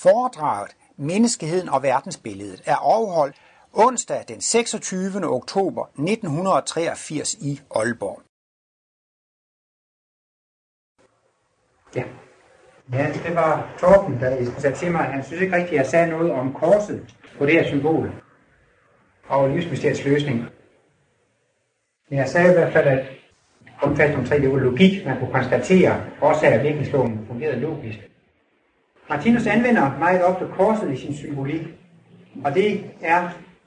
Foredraget Menneskeheden og verdensbilledet er afholdt onsdag den 26. oktober 1983 i Aalborg. Ja, det var Torben, der sagde til mig, at han synes ikke rigtigt, at jeg sagde noget om korset på det her symbol og livsmysteriets løsning. Men jeg sagde i hvert fald, at grundfast om 3, det var logik, man kunne konstatere, også at virkningsloven fungerede logisk. Martinus anvender meget ofte korset i sin symbolik, og det er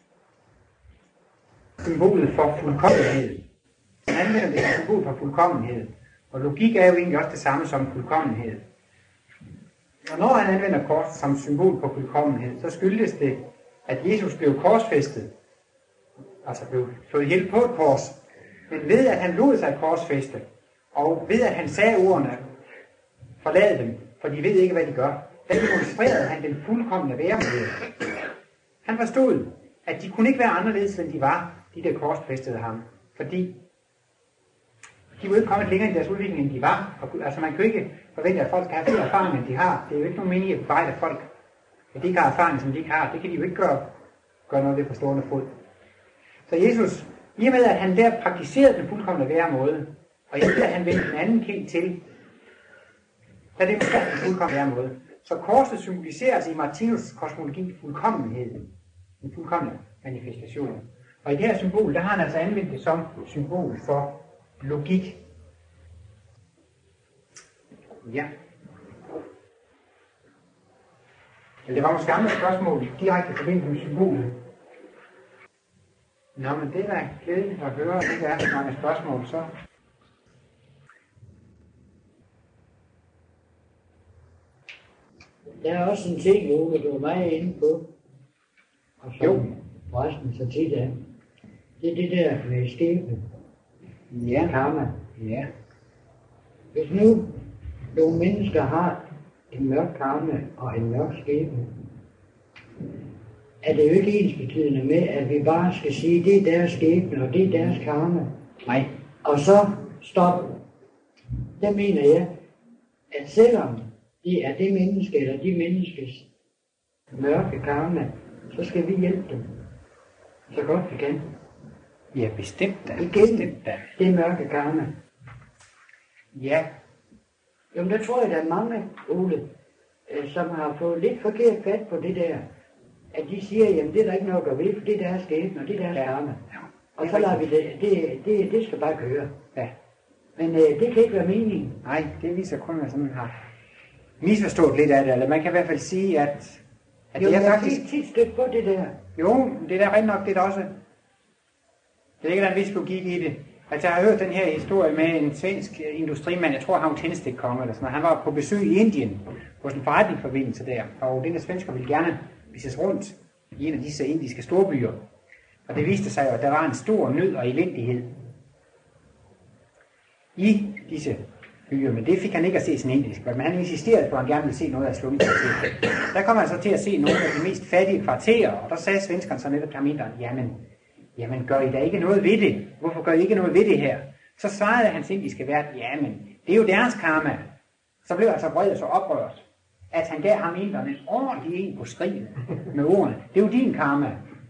symbolet for fuldkommenhed. Han anvender det som symbol for fuldkommenhed, og logik er jo egentlig også det samme som fuldkommenhed. Og når han anvender korset som symbol på fuldkommenhed, så skyldes det, at Jesus blev korsfæstet, altså blev slået ihjel på et kors, men ved at han lod sig korsfæste, og ved at han sagde ordene, forlad dem, for de ved ikke, hvad de gør, der demonstrerede han den fuldkomne væremåde. Han forstod, at de kunne ikke være anderledes, end de var, de der korsfæstede ham, fordi de var ikke kommet længere i deres udvikling, end de var. Altså man kan ikke forvente, at folk skal have flere erfaring, end de har. Det er jo ikke nogen mening at bebrejde folk, at de ikke har erfaring, som de ikke har. Det kan de jo ikke gøre noget ved på stående fod. Så Jesus, i og med at han der praktiserede den fuldkomne væremåde, og i og med at han vendte den anden kind til, der demonstrerede den fuldkomne væremåde. Så korset symboliseres i Martinus' kosmologi fuldkommenhed. En fuldkommen manifestation. Og i det her symbol, der har han altså anvendt det som symbol for logik. Ja. Det var måske andre spørgsmål direkte forbindelse med symbolet. Nå, men det er da glædeligt at høre, at det ikke er så mange spørgsmål, så. Der er også en ting, Ole, du er meget inde på, og som forresten så tit er. Det er det der med skæbne. Ja. Karma. Ja. Hvis nu nogle mennesker har en mørk karma og en mørk skæbne, er det jo ikke ensbetydende med, at vi bare skal sige, at det er deres skæbne og det er deres karma. Nej. Og så stop. Der mener jeg, at selvom det er det menneske eller de menneskes mørke karma, så skal vi hjælpe dem så godt vi kan. Ja, bestemt da. Bestemt da. Det mørke karma. Ja. Jamen der tror jeg, der er mange, Ole, som har fået lidt forkert fat på det der, at de siger, jamen det er der ikke noget at gøre ved, for det er deres skæbne, og det er deres karma. Ja. Og så lader vi det skal bare køre. Ja. Men det kan ikke være meningen. Nej, det viser kun, at man har misforstået lidt af det, eller man kan i hvert fald sige, at jo, det er faktisk... Jo, tit stødt på det der. Jo, det er da rent nok, det er også... Det ligger der en vis logik i det. Altså, jeg har hørt den her historie med en svensk industrimand, jeg tror, han var tændstikkonge eller sådan noget. Han var på besøg i Indien hos en forretningsforbindelse der, og den der svensker ville gerne vises rundt i en af disse indiske storbyer. Og det viste sig jo, at der var en stor nød og elendighed i disse byer, men det fik han ikke at se sådan indisk, men han insisterede på, at han gerne ville se noget af slumkvarteret. Der kom han så til at se nogle af de mest fattige kvarterer, og der sagde svenskeren så netop til ham inderen, jamen gør I da ikke noget ved det? Hvorfor gør I ikke noget ved det her? Så svarede hans indiske vært, jamen det er jo deres karma. Så blev altså vred og så oprørt, at han gav ham inderen en ordentlig en på skrigen med ordene, det er jo din karma.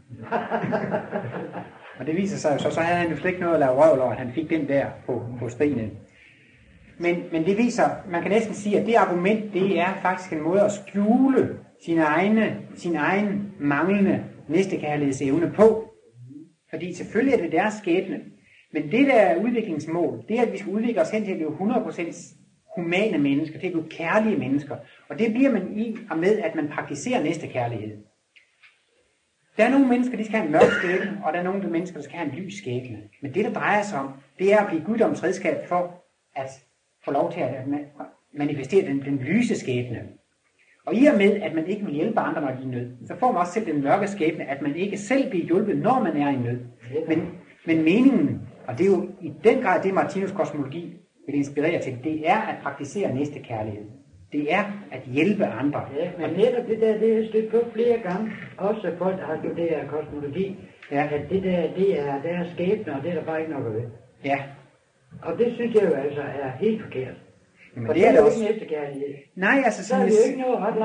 Og det viser sig jo så havde han jo slet ikke noget at lave røvl over, at han fik den der på skrigen. Men det viser, man kan næsten sige, at det argument, det er faktisk en måde at skjule sin egen manglende næstekærlighedsevne på. Fordi selvfølgelig er det deres skæbne. Men det der er udviklingsmål, det er, at vi skal udvikle os hen til at blive 100% humane mennesker, til at blive kærlige mennesker. Og det bliver man i og med, at man praktiserer næstekærlighed. Der er nogle mennesker, der skal have en mørk skæbne, og der er nogle mennesker, der skal have en lys skæbne. Men det, der drejer sig om, det er at blive guddoms redskab for at få lov til at manifestere den lyse skæbne. Og i og med, at man ikke vil hjælpe andre, når de er i nød, så får man også selv den mørke skæbne, at man ikke selv bliver hjulpet, når man er i nød. Men meningen, og det er jo i den grad det, Martinus' kosmologi vil inspirere til, det er at praktisere næstekærlighed. Det er at hjælpe andre. Ja, men netop det der, det er stødt på flere gange, også folk, der har studeret kosmologi, at det der, det er deres skæbne, og det er der bare ikke noget ved. Ja. Og det synes jeg jo altså er helt forkert. Men for det er jo også ikke næstekærlighed. Nej, altså så er vi jo ikke noget ret langt.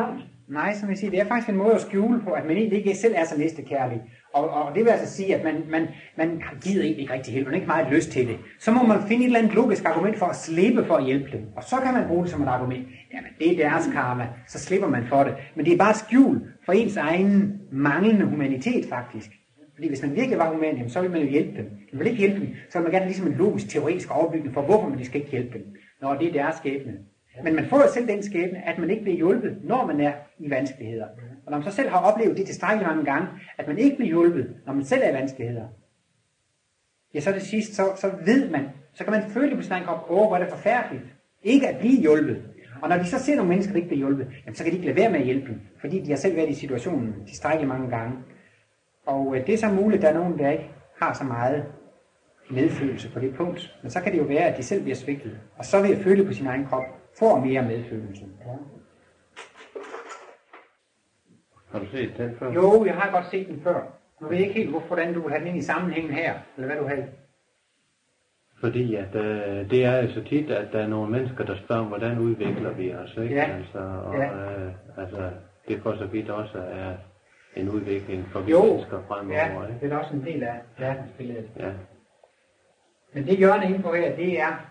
Nej, som jeg siger, det er faktisk en måde at skjule på, at man egentlig ikke selv er så næstekærlig. Og det vil altså sige, at man gider ikke rigtig hjælpe, man har ikke meget lyst til det. Så må man finde et eller andet logisk argument for at slippe for at hjælpe dem. Og så kan man bruge det som et argument. Jamen, det er deres karma, så slipper man for det. Men det er bare skjul for ens egen manglende humanitet, faktisk. Fordi hvis man virkelig var human, så vil man jo hjælpe dem. Man vil ikke hjælpe dem, så vil man gerne ligesom en logisk, teoretisk overbygning for, hvorfor man skal ikke hjælpe dem, når det er deres skæbne. Men man får jo selv den skæbne, at man ikke bliver hjulpet, når man er i vanskeligheder. Og når man så selv har oplevet det tilstrækkeligt mange gange, at man ikke bliver hjulpet, når man selv er i vanskeligheder, ja, så det sidst, så ved man, så kan man føle på sin egen krop, hvor er det forfærdeligt, ikke at blive hjulpet. Og når de så ser nogle mennesker, der ikke bliver hjulpet, jamen, så kan de ikke lade være med at hjælpe dem, fordi de har selv været i situationen tilstrækkeligt mange gange. Og det er så muligt, at der er nogen, der ikke har så meget medfølelse på det punkt. Men så kan det jo være, at de selv bliver svigtet. Og så vil jeg føle på sin egen krop, får mere medfølelse. Ja. Har du set den før? Jo, jeg har godt set den før. Nu ved jeg ikke helt, hvordan du vil have den ind i sammenhængen her, eller hvad du har. Fordi at, det er jo så tit, at der er nogle mennesker, der spørger, hvordan udvikler vi os, ikke? Ja. Altså, det for så vidt også er en udvikling for vi jo. Mennesker fremover, ja, ikke? det er også en del af verdensbilledet. Ja. Men det Jørgen er inde på her, det er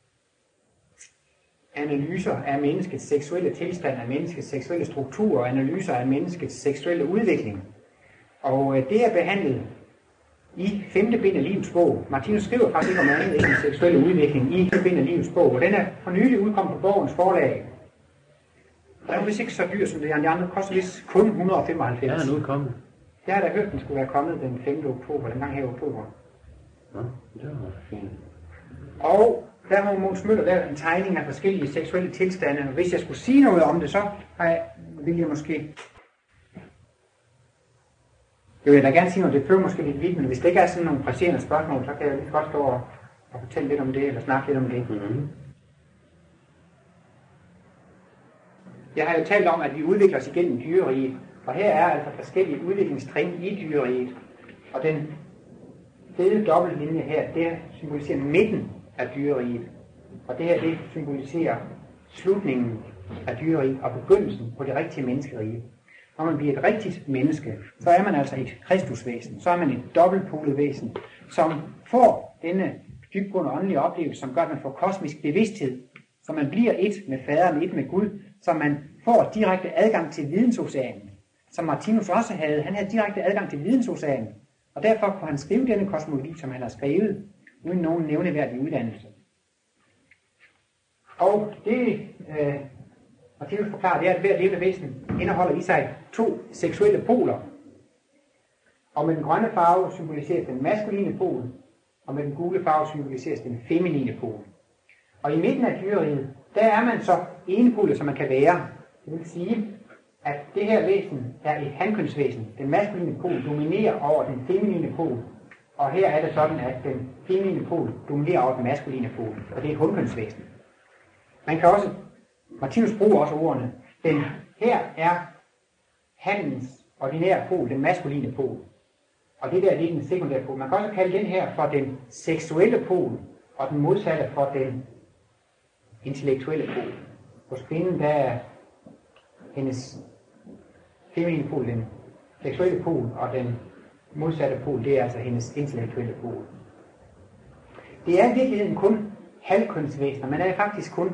analyser af menneskets seksuelle tilstand, af menneskets seksuelle struktur, og analyser af menneskets seksuelle udvikling. Og det er behandlet i 5. bind af Livets bog. Martinus skriver faktisk ikke om andet end den seksuelle udvikling i 5. bind af Livets bog, og den er for nylig udkommet på Borgens forlag. Og den er vist ikke så dyr som det her. De andre koster vist kun 195. Ja, den er udkommet. Jeg har da hørt, den skulle være kommet den 5. oktober, den gang her i oktober. Nå, det var fint. Og der har Mogens Møller lavet en tegning af forskellige seksuelle tilstande. Og hvis jeg skulle sige noget om det, så vil jeg måske... Jeg vil da gerne sige noget, det fører måske lidt vidt, men hvis det ikke er sådan nogle presserende spørgsmål, så kan jeg lige godt stå og fortælle lidt om det, eller snakke lidt om det. Mm-hmm. Jeg har jo talt om, at vi udvikler os igennem dyreriget, og her er altså forskellige udviklingstrin i dyreriget. Og den fede dobbeltlinje her, det symboliserer midten af dyreriget. Og det her, det symboliserer slutningen af dyreriget og begyndelsen på det rigtige menneskerige. Når man bliver et rigtigt menneske, så er man altså et kristusvæsen. Så er man et dobbeltpolet væsen, som får denne dybtgående åndelige oplevelse, som gør, at man får kosmisk bevidsthed. Så man bliver et med faderen, et med Gud, så man får direkte adgang til vidensoceanen. Som Martinus også havde. Han havde direkte adgang til vidensoceanen. Og derfor kunne han skrive denne kosmologi, som han har skrevet, uden nogen nævneværdig uddannelse. Og det, Martinus forklarer, det er, at hvert levende væsen indeholder i sig 2 seksuelle poler. Og med den grønne farve symboliseres den maskuline pol, og med den gule farve symboliseres den feminine pol. Og i midten af dyreriget, der er man så enepolet, som man kan være. Det vil sige, at det her væsen er et hankønsvæsen. Den maskuline pol dominerer over den feminine pol. Og her er det sådan, at den feminine pol dominerer over den maskuline pol. Og det er et hunkønsvæsen. Man kan også, Martinus bruger også ordene, den her er hannens ordinære pol, den maskuline pol. Og det der er den sekundære pol. Man kan også kalde den her for den seksuelle pol, og den modsatte for den intellektuelle pol. Hos kvinden, der er hendes feminine pol, den seksuelle pol, og den modsatte pol, det er altså hendes intellektuelle pol. Det er i virkeligheden kun halvkønsvæsener, men det er faktisk kun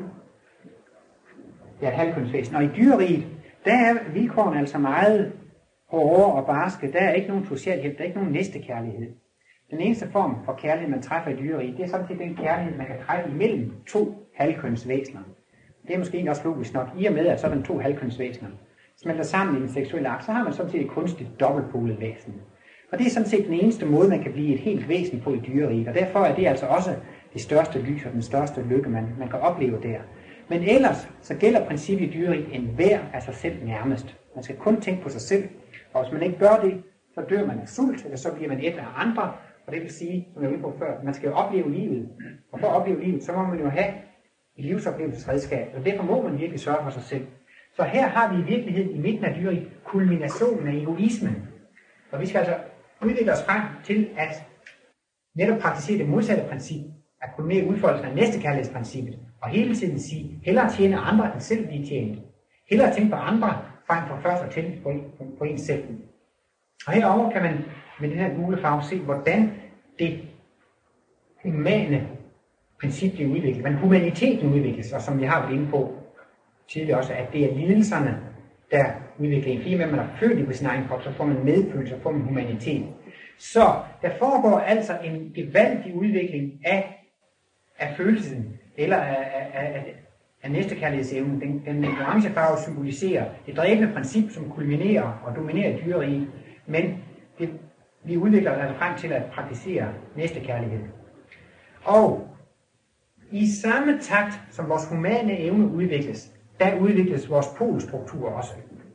et halvkønsvæsen. Og i dyreriget, der er vilkårene altså meget hårde og barske. Der er ikke nogen socialhjælp, der er ikke nogen næstekærlighed. Den eneste form for kærlighed, man træffer i dyreriget, det er samtidig den kærlighed, man kan træffe imellem 2 halvkønsvæsener. Det er måske egentlig også logisk nok, i og med at sådan 2 halvkønsvæsener smelter sammen i den seksuelle akt, så har man sådan set et kunstigt dobbeltpolet væsen. Og det er sådan set den eneste måde, man kan blive et helt væsen på i dyreriget. Og derfor er det altså også det største lys og den største lykke, man kan opleve der. Men ellers så gælder princippet i dyreriget enhver af sig selv nærmest. Man skal kun tænke på sig selv. Og hvis man ikke gør det, så dør man af sult, eller så bliver man et af andre. Og det vil sige, som jeg var inde på før, man skal jo opleve livet. Og for at opleve livet, så må man jo have et livsoplevelsesredskab. Og derfor må man virkelig sørge for sig selv. Så her har vi i virkeligheden i midten af dyreriget kulminationen af egoismen. Og vi skal altså udvikle os frem til at netop praktisere det modsatte princip, at kulminere udfoldelsen af næstekærlighedsprincippet, og hele tiden sige, hellere tjene andre end selv blive tjent. Hellere tænke på andre, frem for først at tænke på ens selv. Og herover kan man med den her gule farve se, hvordan det humane princip bliver udviklet, hvordan humaniteten udvikles, og som jeg har været inde på tidligere også, at det er lidelserne, der udvikler en. Fordi med man er født i på sin egen krop, så får man medfølelse, så får man humanitet. Så der foregår altså en gevaldig udvikling af følelsen, eller af næstekærlighedsevnen. Den orange farve symboliserer det dræbende princip, som kulminerer og dominerer dyreriget, men vi udvikler altså frem til at praktisere næstekærlighed. Og i samme takt, som vores humane evne udvikles, der udvikles vores polstruktur også.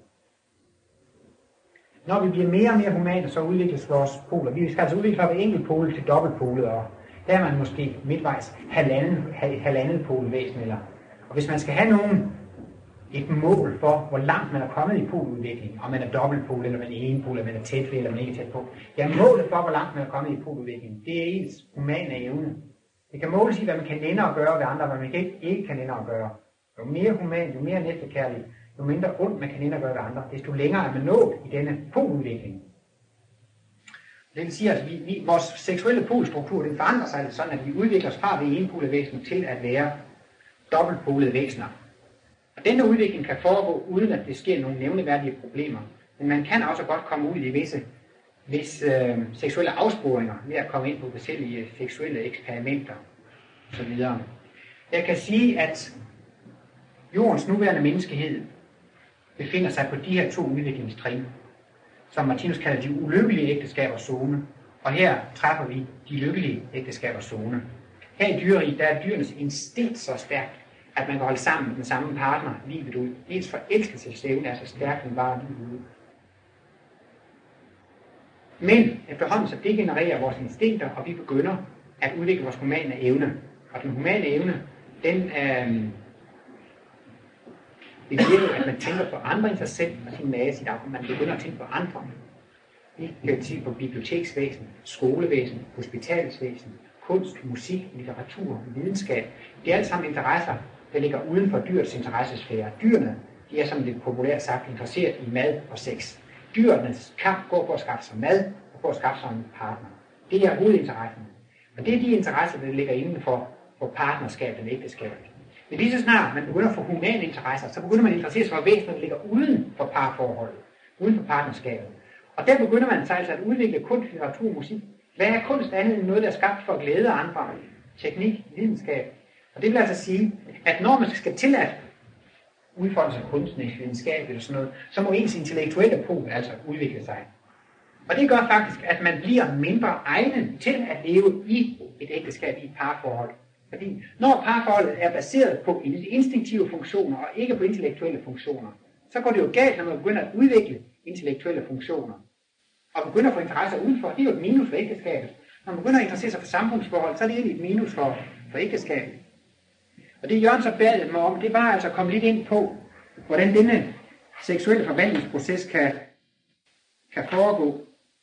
Når vi bliver mere og mere humane, så udvikles vores poler. Vi skal altså udvikle fra enkelt pole til dobbeltpolet, og der er man måske midtvejs halvandet polvæsen. Og hvis man skal have et mål for, hvor langt man er kommet i poludviklingen, om man er dobbeltpol, eller man er enpol, eller man er tæt ved, eller man ikke er tæt på. Ja, målet for, hvor langt man er kommet i poludviklingen, det er ens humane evne. Det kan måles i, hvad man kan nænde at gøre ved andre, hvad man ikke kan nænde at gøre. Jo mere human, jo mere næstekærlig, jo mindre ondt man kan nænde at gøre ved andre, desto længere er man nået i denne poludvikling. Det vil sige, at vores seksuelle polstruktur, den forandrer sig sådan, at vi udvikler os fra det enpolede væsen til at være dobbeltpolede væsener. Og denne udvikling kan foregå, uden at det sker nogle nævneværdige problemer. Men man kan også godt komme ud i visse seksuelle afsporinger ved at komme ind på forskellige seksuelle eksperimenter osv. Jeg kan sige, at jordens nuværende menneskehed befinder sig på de her to udviklingstrin, som Martinus kalder de ulykkelige ægteskabers zone. Og her træffer vi de lykkelige ægteskabers zone. Her i dyreriget, der er dyrenes instinkt så stærkt, at man kan holde sammen med den samme partner livet ud. Ens forelskelsesevne er så stærkt, den bare livet ud. Men efterhånden så degenererer vores instinkter, og vi begynder at udvikle vores humane evne. Og den humane evne, den det virker, at man tænker på andre end sig selv og sin mage, sit aften. Man begynder at tænke på andre. Vi kan tænke på biblioteksvæsen, skolevæsen, hospitalsvæsen, kunst, musik, litteratur, videnskab. Det er alt sammen interesser, der ligger uden for dyrets interessesfære. Dyrene, de er som det populært sagt interesseret i mad og sex. Dyrenes kamp går på at skaffe sig mad og på at skaffe sig en partner. Det er hovedinteressen. Og det er de interesser, der ligger inden for partnerskab eller ægteskab. Men lige så snart man begynder at få humane interesser, så begynder man at interessere sig for væsener, der ligger uden for parforholdet, uden for partnerskabet. Og der begynder man så altså at udvikle kunst, litteratur og musik. Hvad er kunst andet end noget, der er skabt for at glæde andre? Teknik, videnskab. Og det vil altså sige, at når man skal til at udfolde sig kunstnerisk, videnskab eller sådan noget, så må ens intellektuelle pol altså udvikle sig. Og det gør faktisk, at man bliver mindre egnet til at leve i et ægteskab, i et parforhold. Fordi når parforholdet er baseret på instinktive funktioner og ikke på intellektuelle funktioner, så går det jo galt, når man begynder at udvikle intellektuelle funktioner. Og begynder at få interesser udenfor, det er jo et minus for ægteskabet. Når man begynder at interessere sig for samfundsforhold, så er det egentlig et minus for ægteskabet. Og det Jørgen så bad mig om, det var altså at komme lidt ind på, hvordan denne seksuelle forvandlingsproces kan foregå.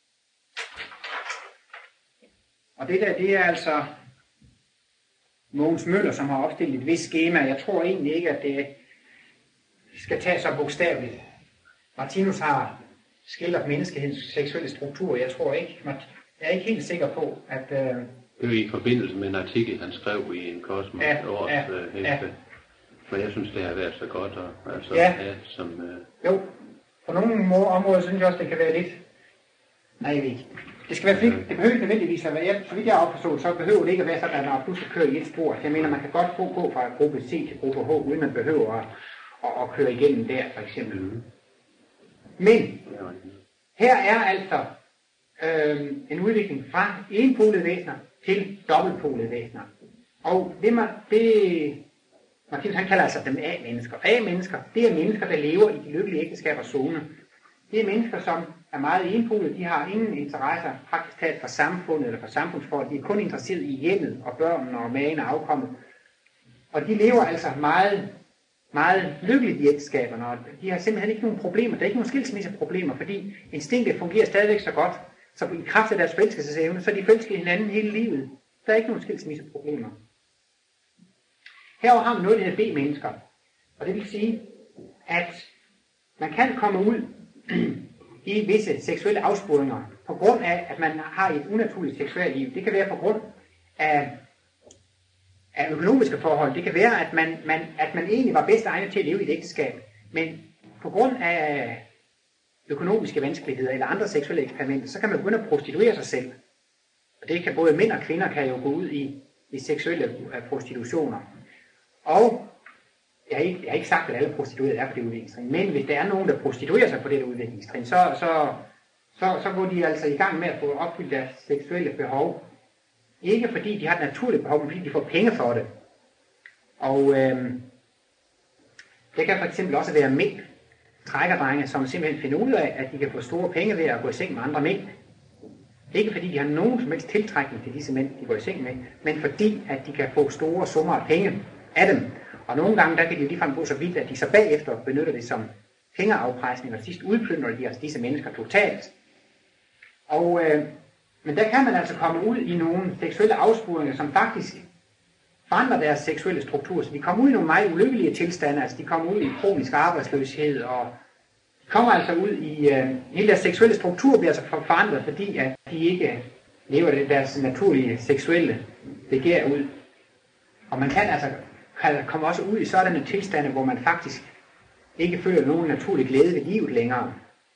Og det der, det er altså Mogens Møller, som har opstillet et vist skema. Jeg tror egentlig ikke, at det skal tages så bogstaveligt. Martinus har skildret menneskehedens seksuelle struktur. Jeg er ikke helt sikker på, at... Det er jo i forbindelse med en artikel, han skrev i en Kosmos års hæfte. Men jeg synes, det har været så godt. Og, altså, Jo, på nogle områder synes jeg også, det kan være lidt... Nej, jeg ved ikke. Det skal være fint. Det behøver ikke nødvendigvis at være... Så vidt jeg har opforstået, så behøver det ikke at være sådan, at når du skal køre i et spor. Jeg mener, man kan godt gå fra gruppe C til gruppe H, uden man behøver at køre igennem der, for eksempel. Men her er altså en udvikling fra enpolede væsener til dobbeltpolede væsener. Og det Martinus han kalder altså dem A-mennesker. A-mennesker, det er mennesker, der lever i de lykkelige ægteskabers zone. Det er mennesker, som er meget enpolede. De har ingen interesser praktisk talt for samfundet eller for samfundsforhold. De er kun interesseret i hjemmet og børnene og magen og afkommet. Og de lever altså meget, meget lykkeligt i ægteskaberne. Og de har simpelthen ikke nogen problemer. Der er ikke nogen skilsmisseproblemer, fordi instinktet fungerer stadigvæk så godt. Så i kraft af deres forelskelsesevne, så er de forelsket hinanden hele livet. Der er ikke nogen skilsmisseproblemer. Herover har vi noget, der hedder B-mennesker. Og det vil sige, at man kan komme ud i visse seksuelle afsporinger på grund af, at man har et unaturligt seksuelt liv. Det kan være på grund af økonomiske forhold. Det kan være, at man egentlig var bedst egnet til at leve i et ægteskab, men på grund af økonomiske vanskeligheder eller andre seksuelle eksperimenter, så kan man begynde at prostituere sig selv. Og det kan både mænd og kvinder kan jo gå ud i seksuelle prostitutioner. Og jeg har ikke sagt, at alle prostituerede er på det udviklingstrin, men hvis der er nogen, der prostituerer sig på det udviklingstrin, så går de altså i gang med at få opfyldt deres seksuelle behov. Ikke fordi de har et naturligt behov, men fordi de får penge for det. Og det kan for eksempel også være mænd, trækkerdrenge, som simpelthen finder ud af, at de kan få store penge ved at gå i seng med andre mænd. Ikke fordi de har nogen som helst tiltrækning til disse mænd, de går i seng med, men fordi at de kan få store summer af penge af dem. Og nogle gange der kan de jo ligefrem gå så vidt, at de så bagefter benytter det som pengeafpresning, og sidst udplyndrer de altså disse mennesker totalt. Og, men der kan man altså komme ud i nogle seksuelle afsporinger, som faktisk forandrer deres seksuelle struktur. Så de kommer ud i nogle meget ulykkelige tilstande, altså de kommer ud i kronisk arbejdsløshed, og de kommer altså ud i hele deres seksuelle struktur bliver altså forandret, fordi at de ikke lever deres naturlige seksuelle begær ud. Og man kan altså komme også ud i sådanne tilstande, hvor man faktisk ikke føler nogen naturlig glæde ved livet længere.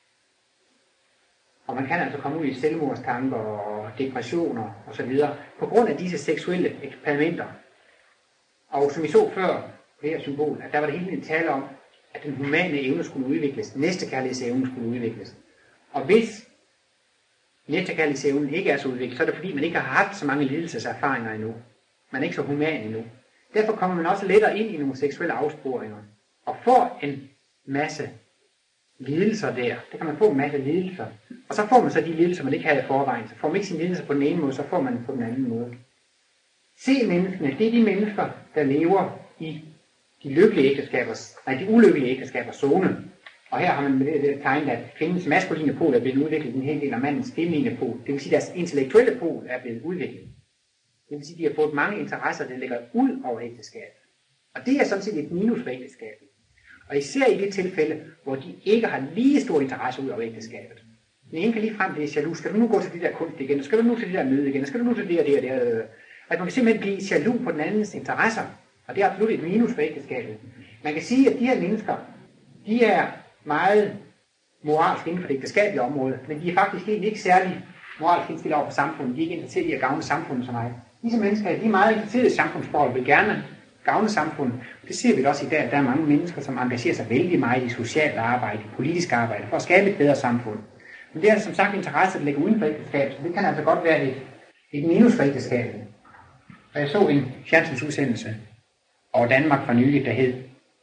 Og man kan altså komme ud i selvmordstanker og depressioner osv. på grund af disse seksuelle eksperimenter. Og som vi så før på det her symbol, at der var det hele tiden tale om, at den humane evne skulle udvikles, næstekærlighedsevnen skulle udvikles. Og hvis næstekærlighedsevnen ikke er så udviklet, så er det fordi, man ikke har haft så mange lidelseserfaringer endnu. Man er ikke så human endnu. Derfor kommer man også lettere ind i nogle seksuelle afsporinger og får en masse lidelser der. Det kan man få en masse lidelser. Og så får man så de lidelser, man ikke havde i forvejen. Så får man ikke sine lidelser på den ene måde, så får man på den anden måde. Se menneskene, det er de mennesker, der lever i de ulykkelige ægteskabers zone. Og her har man med det tegnet, at kvindens maskuline pol er blevet udviklet en hel del af mandens feminine pol. Det vil sige, at deres intellektuelle pol er blevet udviklet. Det vil sige, at de har fået mange interesser, der ligger ud over ægteskabet. Og det er sådan set et minus for ægteskabet. Og især i det tilfælde, hvor de ikke har lige stor interesse ud over ægteskabet. Den ene kan lige frem blive jaloux. Skal du nu gå til det der kunst igen? Skal du nu til det der møde igen? Skal du nu til det og det og det? At man kan simpelthen blive jaloux på den andens interesser. Og det er absolut et minus for ægteskabet. Man kan sige, at de her mennesker, de er meget moralsk inden for det ægteskabelige område, men de er faktisk ikke særlig moralsk indstillet over for samfundet. De er ikke interesseret i at gavne samfundet så meget. Disse mennesker, de er meget interesserede i samfundsforhold og vil gerne gavne samfundet. Det ser vi også i dag, at der er mange mennesker, som engagerer sig vældig meget i socialt arbejde, i politisk arbejde, for at skabe et bedre samfund. Men det er som sagt interesse, der ligger uden for ægteskabet, så det kan altså godt være et minus for ægteskabet. Og jeg så en fjernsynsudsendelse over Danmark for nylig, der hed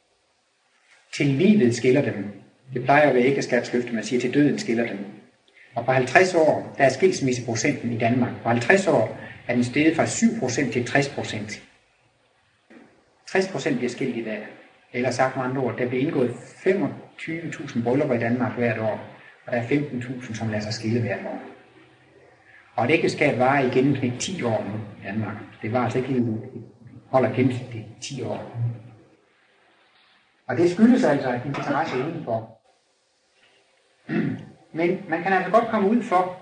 "Til livet skiller dem". Det plejer at være ægteskabsløfte, man siger, til døden skiller dem. Og på 50 år, der er skilsmisseprocenten i Danmark. På 50 år er den steget fra 7% til 60%. 60% bliver skilt i dag. Eller sagt med andre ord, der bliver indgået 25.000 bryllupper i Danmark hvert år, og der er 15.000, som lader sig skille hvert år. Og et ægteskab varer i gennemsnit 10 år nu i Danmark. Det var altså ikke helt holder gennemsnit 10 år. Og det skyldes altså en interesse udenfor. Men man kan altså godt komme ud for,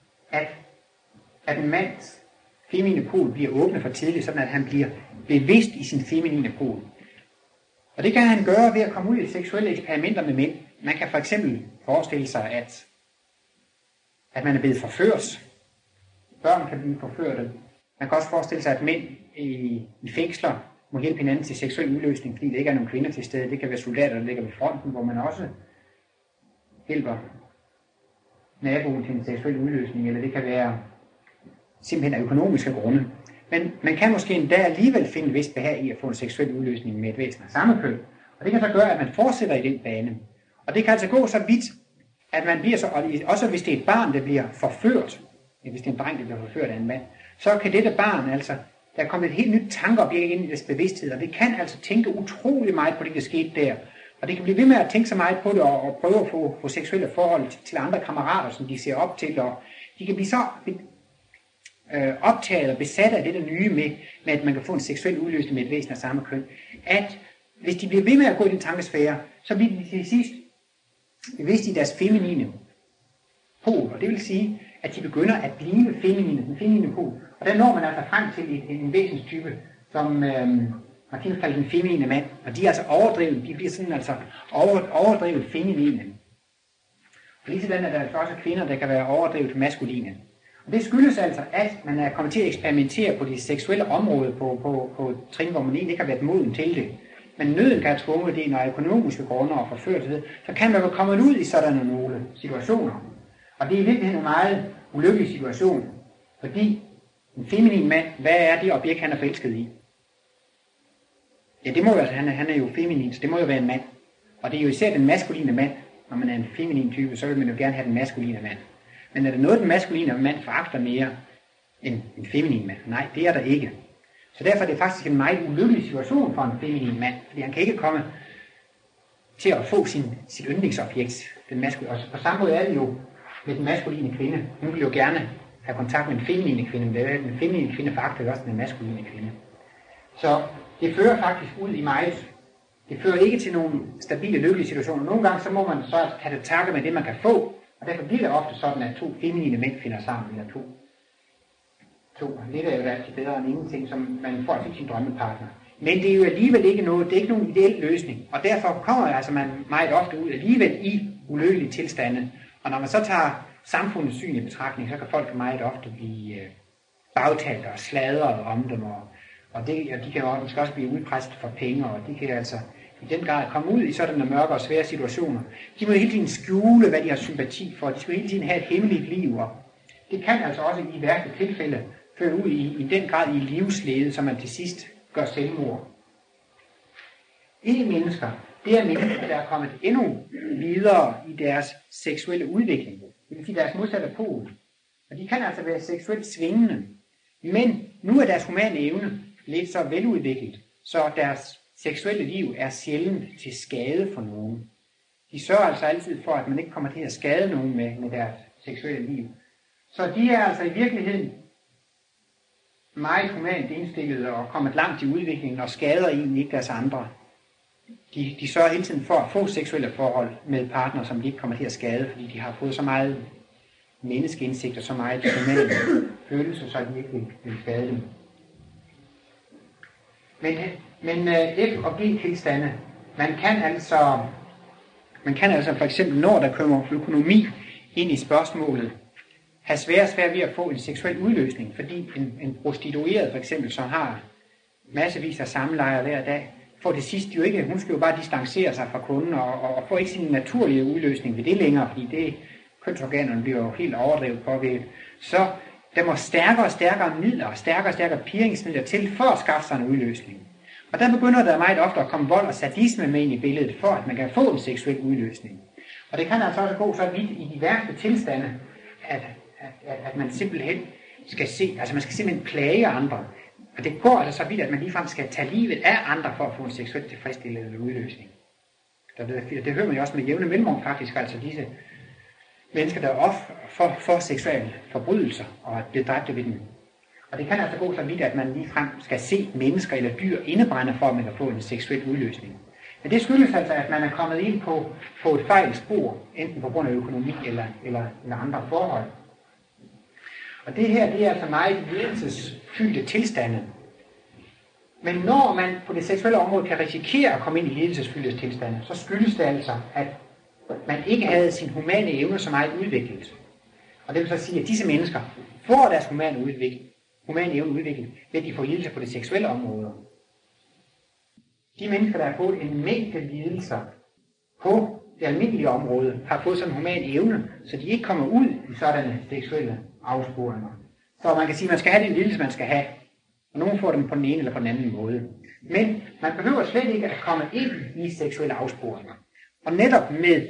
at en mands feminine pol bliver åbnet for tidligt, sådan at han bliver bevidst i sin feminine pol. Og det kan han gøre ved at komme ud i seksuelle eksperimenter med mænd. Man kan for eksempel forestille sig, at man er blevet forført. Børn kan blive forført. Man kan også forestille sig, at mænd i fængsler må hjælpe hinanden til seksuel udløsning, fordi der ikke er nogen kvinder til stede. Det kan være soldater, der ligger ved fronten, hvor man også hjælper naboen til en seksuel udløsning, eller det kan være simpelthen af økonomiske grunde. Men man kan måske endda alligevel finde et vist behag i at få en seksuel udløsning med et væsen af samme køn. Og det kan så gøre, at man fortsætter i den bane. Og det kan altså gå så vidt, at man bliver så, også hvis det er et barn, der bliver forført, hvis det er en dreng, der bliver forført af en mand, så kan dette barn altså, der er kommet et helt nyt tankeobjekt ind i dets bevidsthed, og det kan altså tænke utrolig meget på det, der skete der. Og det kan blive ved med at tænke så meget på det, og prøve at få seksuelle forhold til andre kammerater, som de ser op til, og de kan blive så optaget og besat af det der nye med, at man kan få en seksuel udløsning med et væsen af samme køn, at hvis de bliver ved med at gå i den tankesfære, så bliver de til sidst bevidst i deres feminine pol, og det vil sige, at de begynder at blive feminine, den feminine pol. Og der når man altså frem til en væsenstype, som Martinus kalder den feminine mand, og de er altså overdrevet, de bliver sådan altså overdrevet feminine. Og lige sådan er der altså også kvinder, der kan være overdrevet maskuline. Og det skyldes altså, at man er kommet til at eksperimentere på det seksuelle område på trin, hvor man egentlig ikke har været moden til det. Men nøden kan have tvunget det, når økonomiske grunde og forførelse, så kan man jo komme ud i sådan nogle situationer. Og det er i virkeligheden en meget ulykkelig situation, fordi en feminin mand, hvad er det objekt, han er forelsket i? Ja, det må jo altså, han er jo feminin, så det må jo være en mand. Og det er jo især den maskuline mand. Når man er en feminin type, så vil man jo gerne have den maskuline mand. Men er der noget, den maskuline mand foragter mere end en feminin mand? Nej, det er der ikke. Så derfor er det faktisk en meget ulykkelig situation for en feminin mand, fordi han kan ikke komme til at få sit yndlingsobjekt, den maskuline. Og på samme måde er det jo med den maskuline kvinde. Hun vil jo gerne have kontakt med en feminine kvinde, men den feminine kvinde foragter jo også den maskuline kvinde. Så det fører faktisk ud i meget. Det fører ikke til nogle stabile, lykkelige situationer. Nogle gange så må man så have det takke med det, man kan få, og derfor bliver det ofte sådan, at to feminine mænd finder sammen, eller to. Lidt er jo altid bedre end ingenting, som man får til sin drømmepartner. Men det er jo alligevel ikke noget, det er ikke nogen ideel løsning, og derfor kommer altså man meget ofte ud alligevel i ulykkelige tilstande. Og når man så tager samfundets syn i betragtning, så kan folk meget ofte blive bagtalt og sladret om dem, og de kan måske også blive udpresset for penge, og de kan altså i den grad komme ud i sådanne mørke og svære situationer. De må hele tiden skjule, hvad de har sympati for. De skal hele tiden have et hemmeligt liv, og det kan altså også i værste tilfælde føre ud i den grad i livslede, som man til sidst gør selvmord. Ikke-mennesker, det er mennesker, der er kommet endnu videre i deres seksuelle udvikling. Det vil sige deres modsatte pol. Og de kan altså være seksuelt svingende. Men nu er deres humane evne lidt så veludviklet, så deres seksuelle liv er sjældent til skade for nogen. De sørger altså altid for, at man ikke kommer til at skade nogen med deres seksuelle liv. Så de er altså i virkeligheden meget humant indstillet og kommet langt i udviklingen og skader egentlig ikke deres andre. De sørger hele tiden for at få seksuelle forhold med partner, som de ikke kommer til at skade, fordi de har fået så meget menneskeindsigt og så meget humane følelser, så de ikke vil skade dem. Men F- og G-tilstande, man kan altså for eksempel, når der kommer økonomi ind i spørgsmålet, have svært ved at få en seksuel udløsning, fordi en prostitueret for eksempel, som har massevis af samlejer hver dag, får det sidste jo ikke, hun skal jo bare distancere sig fra kunden og får ikke sin naturlige udløsning ved det længere, fordi det kønsorganerne bliver jo helt overdrevet påvirket. Så der må stærkere og stærkere midler og stærkere pirringsmidler til for at skaffe sig en udløsning. Og der begynder der meget ofte at komme vold og sadisme med ind i billedet, for at man kan få en seksuel udløsning. Og det kan altså også gå så vidt i de værste tilstande, at man simpelthen skal man skal simpelthen plage andre. Og det går altså så vidt, at man ligefrem skal tage livet af andre for at få en seksuelt tilfredsstillende udløsning. Det hører man jo også med jævne mellemrum faktisk, altså disse mennesker, der er offer for seksuelle forbrydelser og er blevet dræbt ved dem. Og det kan altså gå så vidt, at man ligefrem skal se mennesker eller dyr indebrænde for, at man kan få en seksuel udløsning. Men det skyldes altså, at man er kommet ind på et fejl spor, enten på grund af økonomi eller andre forhold. Og det her, det er altså meget lidelsesfyldte tilstande. Men når man på det seksuelle område kan risikere at komme ind i lidelsesfyldte tilstande, så skyldes det altså, at man ikke havde sin humane evne så meget udviklet. Og det vil så sige, at disse mennesker får deres humane evne udviklet, ved at de får lidelser på det seksuelle område. De mennesker, der har fået en mængde lidelser på det almindelige område, har fået sådan en human evne, så de ikke kommer ud i sådanne seksuelle afsporinger. Så man kan sige, at man skal have den lidelse, man skal have. Og nogen får dem på den ene eller på den anden måde. Men man behøver slet ikke at komme ind i seksuelle afsporinger. Og netop med,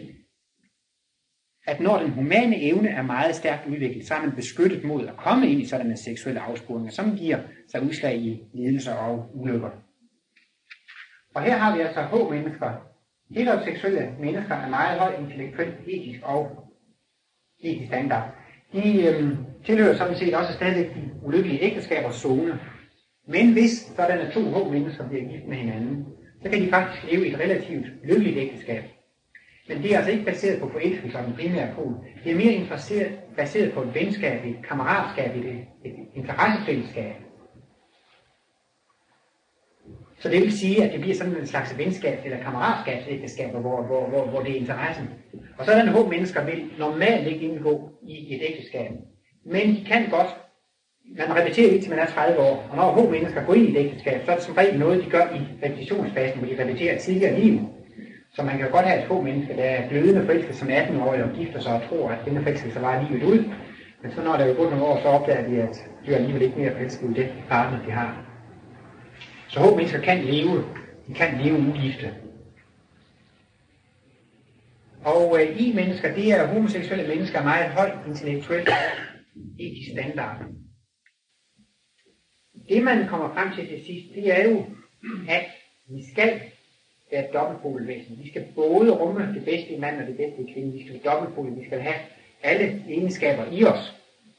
at når den humane evne er meget stærkt udviklet, så er man beskyttet mod at komme ind i sådanne seksuelle afsporinger, som giver sig udslag i lidelser og ulykker. Og her har vi altså H-mennesker. Heteroseksuelle mennesker er meget højt intellektuelt, etisk og etisk standard. De tilhører sådan set også stadig de ulykkelige ægteskabers zone. Men hvis sådanne to H-mennesker bliver gift med hinanden, så kan de faktisk leve i et relativt lykkeligt ægteskab. Men det er altså ikke baseret på forelskelse som den primære pol. Det er mere baseret på et venskab, et kammeratskab, et interessefællesskab. Så det vil sige, at det bliver sådan en slags venskab eller kammeratskabsægteskaber, hvor det er interessen. Og sådanne H-mennesker vil normalt ikke indgå i et ægteskab. Men de kan godt. Man repeterer ikke til man er 30 år. Og når H-mennesker går ind i et ægteskab, så er det som regel noget, de gør i repetitionsfasen, hvor de repeterer tidligere liv. Så man kan godt have et H-menneske, der er glødende forelsket som 18-årig og gifter sig og tror, at denne forelskelse var livet ud. Men så når der er gået nogle år, så opdager de, at de er alligevel ikke mere forelsket i den partner, de har. Så H-mennesker kan leve. De kan leve ugifte. Og I-mennesker, det er homoseksuelle mennesker af meget høj intellektuel etisk standard. Det man kommer frem til sidst, det er jo, at vi skal være et dobbeltpolvæsen. Vi skal både rumme det bedste i mand og det bedste i kvinde. Vi skal være dobbeltpolet. Vi skal have alle egenskaber i os.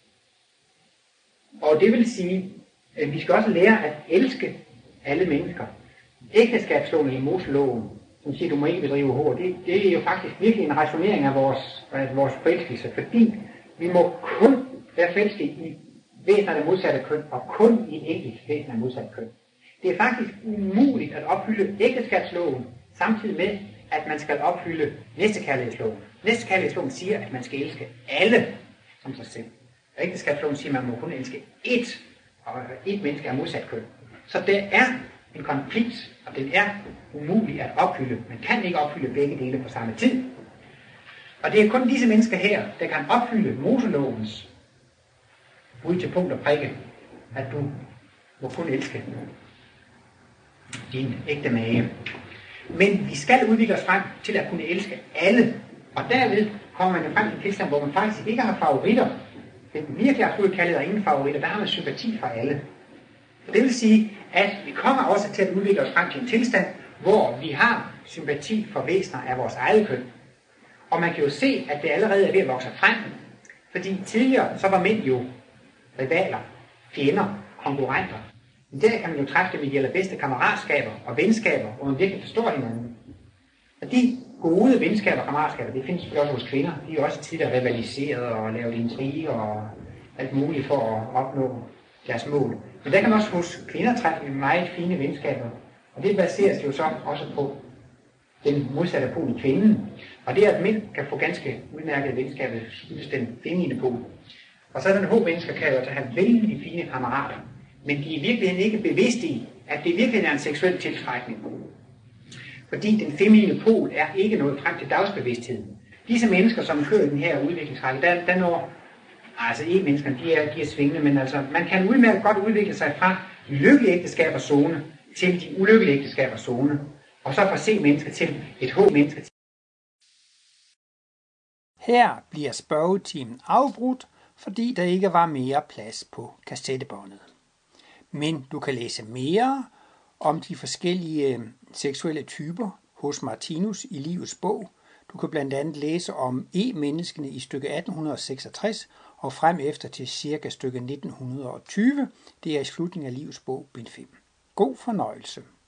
Og det vil sige, at vi skal også lære at elske alle mennesker. Ægteskabsloven i Moseloven, som siger, du må ikke bedrive hår, det er jo faktisk virkelig en rationering af vores forelskelse, fordi vi må kun være forelsket i væsener af modsatte køn, og kun i et enkelt væsen af modsatte køn. Det er faktisk umuligt at opfylde ægteskabsloven, samtidig med, at man skal opfylde næstekærlighedsloven. Næstekærlighedsloven siger, at man skal elske alle som sig selv. Og ægteskabsloven siger, at man må kun elske ét menneske af modsat køn. Så der er en konflikt, og den er umulig at opfylde. Man kan ikke opfylde begge dele på samme tid. Og det er kun disse mennesker her, der kan opfylde Moselovens bud til punkt og prikke, at du må kun elske din ægte mage. Men vi skal udvikle os frem til at kunne elske alle, og derved kommer man frem til en tilstand, hvor man faktisk ikke har favoritter. Den virkelig absolut kaldet er ingen favoritter, der har man sympati for alle. Det vil sige, at vi kommer også til at udvikle os frem til en tilstand, hvor vi har sympati for væsener af vores eget køn. Og man kan jo se, at det allerede er ved at vokse frem, fordi tidligere så var mænd jo rivaler, fjender, konkurrenter. Men der kan man jo træffe dem i de allerbedste kammeratskaber og venskaber, hvor man virkelig forstår hinanden. Og de gode venskaber og kammeratskaber, det findes også hos kvinder. De er også tit rivaliseret og lavet intriger og alt muligt for at opnå deres mål. Men der kan man også hos kvinder træffe meget fine venskaber. Og det baseres jo så også på den modsatte pol i kvinden. Og det er, at mænd kan få ganske udmærkede venskaber, skyldes den feminine pol. Og så er den H-mennesker kan jo altså have vældig fine kammerater. Men de er i virkeligheden ikke bevidste i, at det virkelig er en seksuel tiltrækning. Fordi den feminine pol er ikke nået frem til dagsbevidstheden. Disse mennesker, som kører den her udviklingsrække, der når, altså ikke mennesker, de er svingende, men altså, man kan udmærket godt udvikle sig fra de lykkelige ægteskabers zone til de ulykkelige ægteskabers zone. Og så fra C-mennesker til et H-menneske. Her bliver spørgetimen afbrudt, fordi der ikke var mere plads på kassettebåndet. Men du kan læse mere om de forskellige seksuelle typer hos Martinus i Livets bog. Du kan blandt andet læse om E-menneskene i stykke 1866 og frem efter til cirka stykke 1920. Det er i slutningen af Livets bog, bind 5. God fornøjelse.